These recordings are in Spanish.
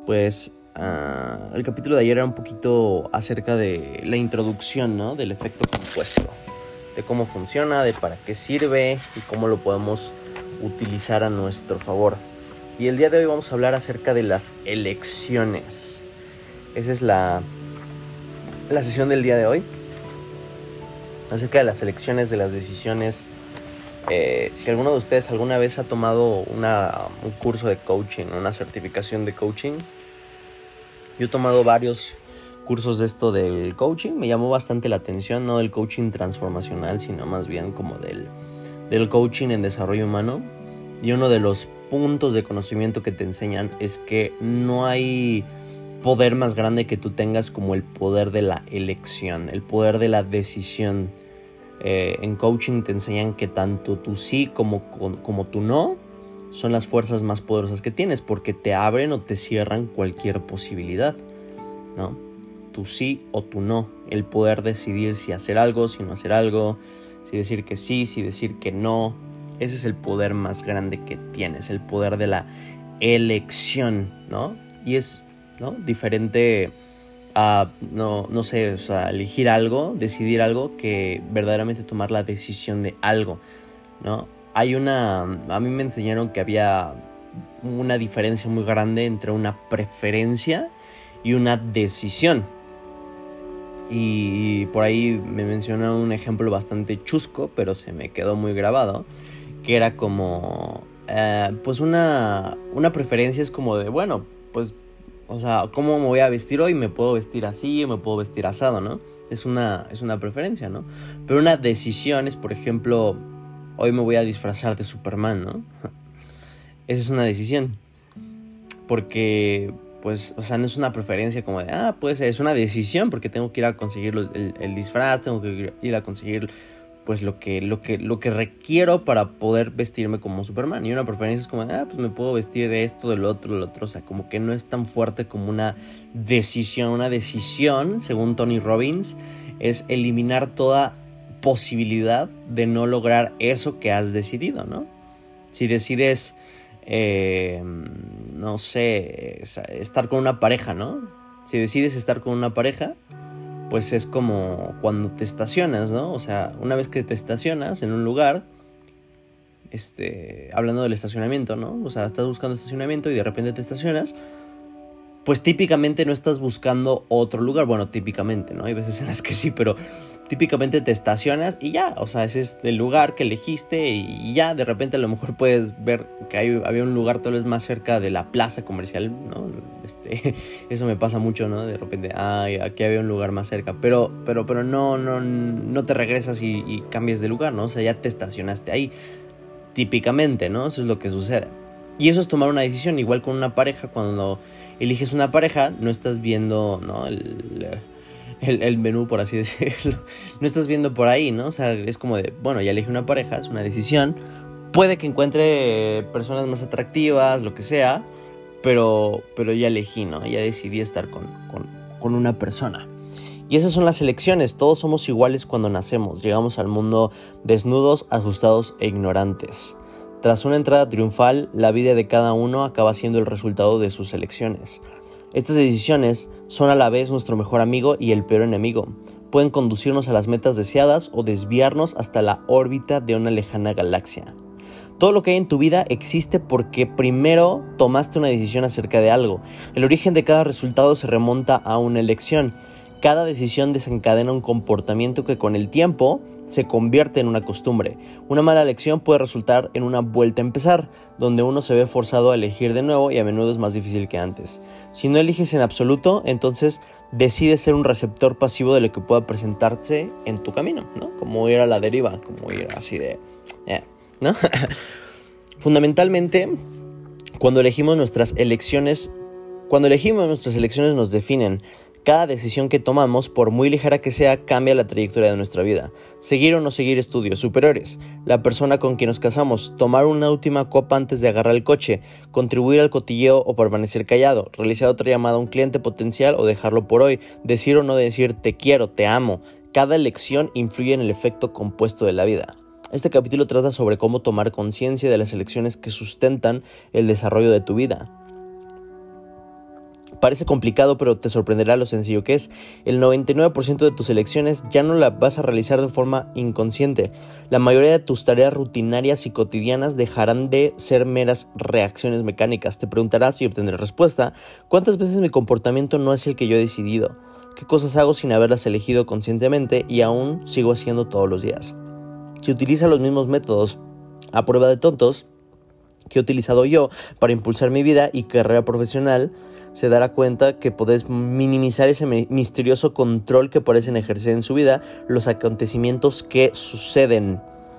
Pues el capítulo de ayer era un poquito acerca de la introducción, ¿no? Del efecto compuesto, de cómo funciona, de para qué sirve y cómo lo podemos utilizar a nuestro favor. Y el día de hoy vamos a hablar acerca de las elecciones. Esa es la sesión del día de hoy. Acerca de las elecciones, de las decisiones. Si alguno de ustedes alguna vez ha tomado un curso de coaching, una certificación de coaching. Yo he tomado varios cursos de esto del coaching. Me llamó bastante la atención, no del coaching transformacional, sino más bien como del coaching en desarrollo humano. Y uno de los puntos de conocimiento que te enseñan es que no hay poder más grande que tú tengas como el poder de la elección, el poder de la decisión. En coaching te enseñan que tanto tu sí como tu no son las fuerzas más poderosas que tienes, porque te abren o te cierran cualquier posibilidad, ¿no? Tu sí o tu no, el poder decidir si hacer algo, si no hacer algo, si decir que sí, si decir que no. Ese es el poder más grande que tienes, el poder de la elección, ¿no? Y es, ¿no?, diferente a, no sé, o sea, elegir algo, decidir algo, que verdaderamente tomar la decisión de algo, ¿no? A mí me enseñaron que había una diferencia muy grande entre una preferencia y una decisión. Y por ahí me mencionaron un ejemplo bastante chusco, pero se me quedó muy grabado, que era como, pues una preferencia es como de, bueno, pues, o sea, ¿cómo me voy a vestir hoy? Me puedo vestir así, me puedo vestir asado, ¿no? Es una preferencia, ¿no? Pero una decisión es, por ejemplo, hoy me voy a disfrazar de Superman, ¿no? Esa es una decisión. Porque, pues, o sea, no es una preferencia como de, pues es una decisión, porque tengo que ir a conseguir el disfraz, tengo que ir a conseguir, pues, lo que requiero para poder vestirme como Superman. Y una preferencia es como, pues me puedo vestir de esto, del otro. O sea, como que no es tan fuerte como una decisión. Una decisión, según Tony Robbins, es eliminar toda posibilidad de no lograr eso que has decidido, ¿no? Si decides, no sé, estar con una pareja, ¿no? Si decides estar con una pareja, pues es como cuando te estacionas, ¿no? O sea, una vez que te estacionas en un lugar, hablando del estacionamiento, ¿no? O sea, estás buscando estacionamiento y de repente te estacionas, pues típicamente no estás buscando otro lugar. Bueno, típicamente, ¿no? Hay veces en las que sí, pero típicamente te estacionas y ya, o sea, ese es el lugar que elegiste y ya, de repente a lo mejor puedes ver que había un lugar tal vez más cerca de la plaza comercial, ¿no? Eso me pasa mucho, ¿no? De repente, aquí había un lugar más cerca, pero no te regresas y cambias de lugar, ¿no? O sea, ya te estacionaste ahí, típicamente, ¿no? Eso es lo que sucede. Y eso es tomar una decisión, igual con una pareja. Cuando eliges una pareja, no estás viendo, ¿no?, el menú, por así decirlo. No estás viendo por ahí, ¿no? O sea, es como de, bueno, ya elegí una pareja, es una decisión. Puede que encuentre personas más atractivas, lo que sea, pero ya elegí, ¿no? Ya decidí estar con una persona. Y esas son las elecciones. Todos somos iguales cuando nacemos. Llegamos al mundo desnudos, asustados e ignorantes. Tras una entrada triunfal, la vida de cada uno acaba siendo el resultado de sus elecciones. Estas decisiones son a la vez nuestro mejor amigo y el peor enemigo. Pueden conducirnos a las metas deseadas o desviarnos hasta la órbita de una lejana galaxia. Todo lo que hay en tu vida existe porque primero tomaste una decisión acerca de algo. El origen de cada resultado se remonta a una elección. Cada decisión desencadena un comportamiento que con el tiempo se convierte en una costumbre. Una mala elección puede resultar en una vuelta a empezar, donde uno se ve forzado a elegir de nuevo y a menudo es más difícil que antes. Si no eliges en absoluto, entonces decides ser un receptor pasivo de lo que pueda presentarse en tu camino, ¿no? Como ir a la deriva, como ir así de, ¿no? Fundamentalmente, cuando elegimos nuestras elecciones nos definen. Cada decisión que tomamos, por muy ligera que sea, cambia la trayectoria de nuestra vida. Seguir o no seguir estudios superiores, la persona con quien nos casamos, tomar una última copa antes de agarrar el coche, contribuir al cotilleo o permanecer callado, realizar otra llamada a un cliente potencial o dejarlo por hoy, decir o no decir te quiero, te amo. Cada elección influye en el efecto compuesto de la vida. Este capítulo trata sobre cómo tomar conciencia de las elecciones que sustentan el desarrollo de tu vida. Parece complicado, pero te sorprenderá lo sencillo que es. El 99% de tus elecciones ya no las vas a realizar de forma inconsciente. La mayoría de tus tareas rutinarias y cotidianas dejarán de ser meras reacciones mecánicas. Te preguntarás y obtendrás respuesta: ¿cuántas veces mi comportamiento no es el que yo he decidido? ¿Qué cosas hago sin haberlas elegido conscientemente y aún sigo haciendo todos los días? Si utiliza los mismos métodos a prueba de tontos que he utilizado yo para impulsar mi vida y carrera profesional, se dará cuenta que podés minimizar ese misterioso control que parecen ejercer en su vida los acontecimientos que suceden.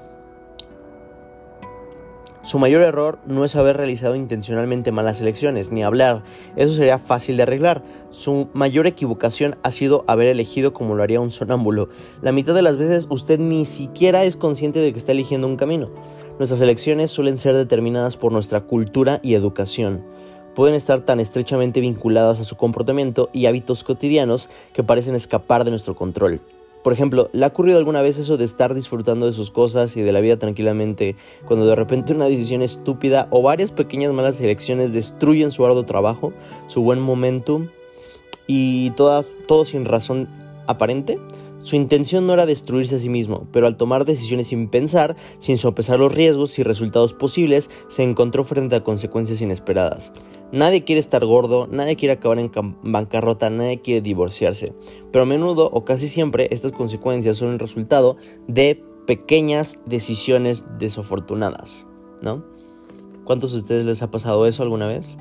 Su mayor error no es haber realizado intencionalmente malas elecciones, ni hablar. Eso sería fácil de arreglar. Su mayor equivocación ha sido haber elegido como lo haría un sonámbulo. La mitad de las veces usted ni siquiera es consciente de que está eligiendo un camino. Nuestras elecciones suelen ser determinadas por nuestra cultura y educación. Pueden estar tan estrechamente vinculadas a su comportamiento y hábitos cotidianos que parecen escapar de nuestro control. Por ejemplo, ¿le ha ocurrido alguna vez eso de estar disfrutando de sus cosas y de la vida tranquilamente cuando de repente una decisión estúpida o varias pequeñas malas elecciones destruyen su arduo trabajo, su buen momentum y todo sin razón aparente? Su intención no era destruirse a sí mismo, pero al tomar decisiones sin pensar, sin sopesar los riesgos y resultados posibles, se encontró frente a consecuencias inesperadas. Nadie quiere estar gordo, nadie quiere acabar en bancarrota, nadie quiere divorciarse. Pero a menudo, o casi siempre, estas consecuencias son el resultado de pequeñas decisiones desafortunadas, ¿no? ¿Cuántos de ustedes les ha pasado eso alguna vez?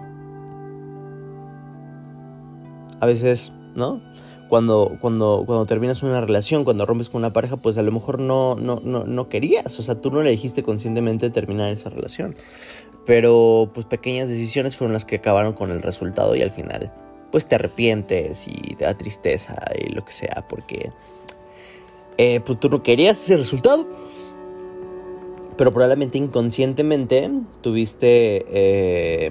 A veces, ¿no? Cuando terminas una relación, cuando rompes con una pareja, pues a lo mejor no querías, o sea, tú no elegiste conscientemente terminar esa relación. Pero pues pequeñas decisiones fueron las que acabaron con el resultado y al final pues te arrepientes y te da tristeza y lo que sea porque pues tú no querías ese resultado. Pero probablemente inconscientemente tuviste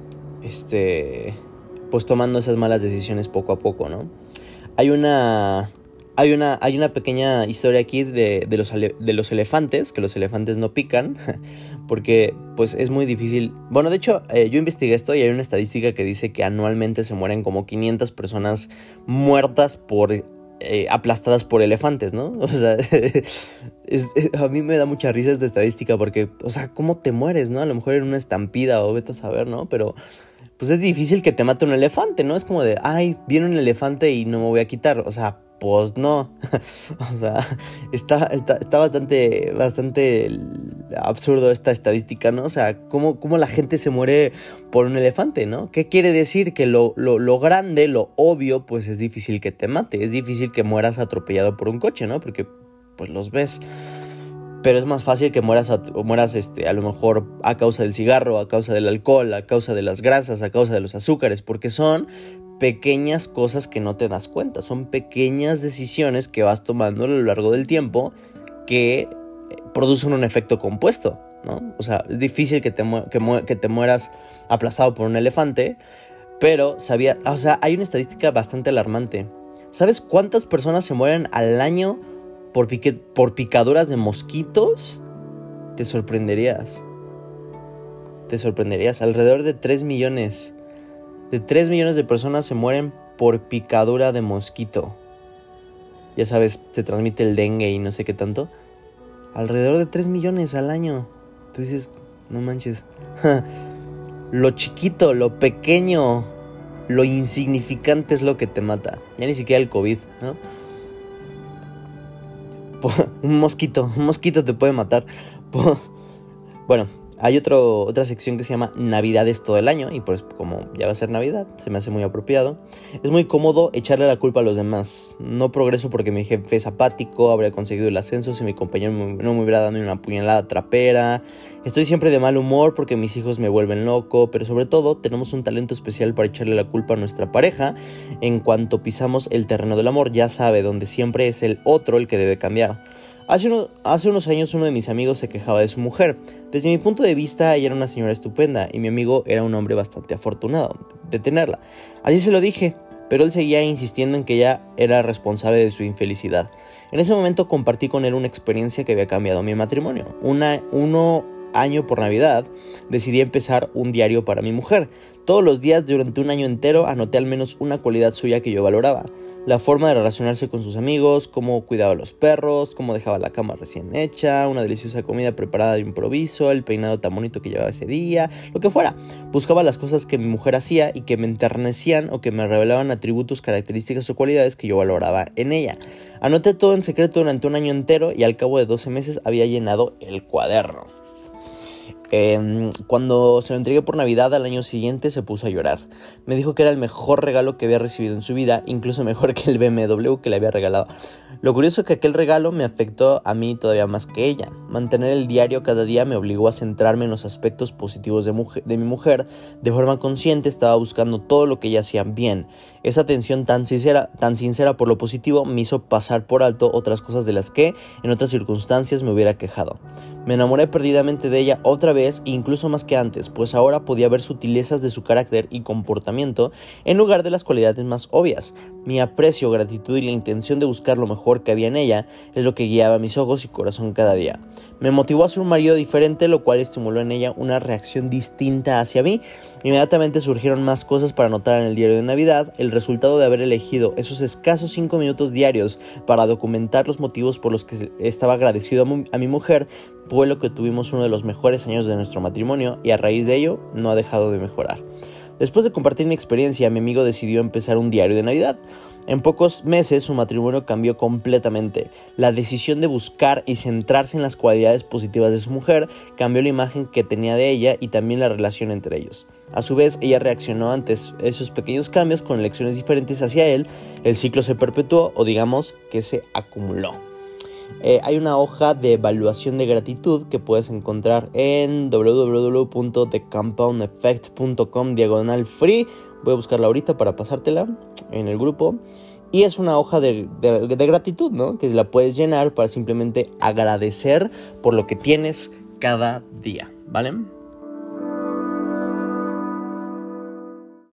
pues tomando esas malas decisiones poco a poco, ¿no? Hay una pequeña historia aquí de los elefantes, que los elefantes no pican, porque pues es muy difícil. Bueno, de hecho, yo investigué esto y hay una estadística que dice que anualmente se mueren como 500 personas muertas aplastadas por elefantes, ¿no? O sea, a mí me da mucha risa esta estadística porque, o sea, ¿cómo te mueres, no? A lo mejor en una estampida o vete a saber, ¿no? Pero pues es difícil que te mate un elefante, ¿no? Es como de, ay, viene un elefante y no me voy a quitar. O sea, pues no. O sea, está bastante absurdo esta estadística, ¿no? O sea, ¿cómo la gente se muere por un elefante, ¿no? ¿Qué quiere decir? Que lo grande, lo obvio, pues es difícil que te mate. Es difícil que mueras atropellado por un coche, ¿no? Porque pues los ves. Pero es más fácil que mueras a lo mejor a causa del cigarro, a causa del alcohol, a causa de las grasas, a causa de los azúcares, porque son pequeñas cosas que no te das cuenta, son pequeñas decisiones que vas tomando a lo largo del tiempo que producen un efecto compuesto, ¿no? O sea, es difícil que te mueras aplastado por un elefante, pero hay una estadística bastante alarmante. ¿Sabes cuántas personas se mueren al año por picaduras de mosquitos? Te sorprenderías. Alrededor de 3 millones. De 3 millones de personas se mueren por picadura de mosquito. Ya sabes, se transmite el dengue y no sé qué tanto. Alrededor de 3 millones al año. Tú dices, no manches. Lo chiquito, lo pequeño, lo insignificante es lo que te mata. Ya ni siquiera el COVID, ¿no? Un mosquito te puede matar. Bueno, hay otra sección que se llama Navidades todo el año. Y pues como ya va a ser Navidad, se me hace muy apropiado. Es muy cómodo echarle la culpa a los demás. No progreso porque mi jefe es apático. Habría conseguido el ascenso si mi compañero no me hubiera dado una puñalada trapera. Estoy siempre de mal humor porque mis hijos me vuelven loco. Pero sobre todo tenemos un talento especial para echarle la culpa a nuestra pareja. En cuanto pisamos el terreno del amor, ya sabe, donde siempre es el otro el que debe cambiar. Hace unos años uno de mis amigos se quejaba de su mujer. Desde mi punto de vista, ella era una señora estupenda y mi amigo era un hombre bastante afortunado de tenerla. Así se lo dije, pero él seguía insistiendo en que ella era responsable de su infelicidad. En ese momento compartí con él una experiencia que había cambiado mi matrimonio. Uno año por Navidad, decidí empezar un diario para mi mujer. Todos los días durante un año entero anoté al menos una cualidad suya que yo valoraba. La forma de relacionarse con sus amigos, cómo cuidaba a los perros, cómo dejaba la cama recién hecha, una deliciosa comida preparada de improviso, el peinado tan bonito que llevaba ese día, lo que fuera. Buscaba las cosas que mi mujer hacía y que me enternecían o que me revelaban atributos, características o cualidades que yo valoraba en ella. Anoté todo en secreto durante un año entero y al cabo de 12 meses había llenado el cuaderno. Cuando se lo entregué por Navidad al año siguiente se puso a llorar. Me dijo que era el mejor regalo que había recibido en su vida, incluso mejor que el BMW que le había regalado. Lo curioso es que aquel regalo me afectó a mí todavía más que ella. Mantener el diario cada día me obligó a centrarme en los aspectos positivos de mi mujer. De forma consciente estaba buscando todo lo que ella hacía bien. Esa atención tan sincera por lo positivo me hizo pasar por alto otras cosas de las que en otras circunstancias me hubiera quejado. Me enamoré perdidamente de ella otra vez, incluso más que antes, pues ahora podía ver sutilezas de su carácter y comportamiento en lugar de las cualidades más obvias. Mi aprecio, gratitud y la intención de buscar lo mejor que había en ella es lo que guiaba mis ojos y corazón cada día. Me motivó a ser un marido diferente, lo cual estimuló en ella una reacción distinta hacia mí. Inmediatamente surgieron más cosas para anotar en el diario de Navidad. El resultado de haber elegido esos escasos 5 minutos diarios para documentar los motivos por los que estaba agradecido a mi mujer fue lo que tuvimos uno de los mejores años de nuestro matrimonio y a raíz de ello no ha dejado de mejorar. Después de compartir mi experiencia, mi amigo decidió empezar un diario de Navidad. En pocos meses su matrimonio cambió completamente. La decisión de buscar y centrarse en las cualidades positivas de su mujer cambió la imagen que tenía de ella y también la relación entre ellos. A su vez, ella reaccionó ante esos pequeños cambios con elecciones diferentes hacia él. El ciclo se perpetuó o digamos que se acumuló. Hay una hoja de evaluación de gratitud que puedes encontrar en www.thecompoundeffect.com/free. Voy a buscarla ahorita para pasártela en el grupo. Y es una hoja de gratitud, ¿no? Que la puedes llenar para simplemente agradecer por lo que tienes cada día, ¿vale?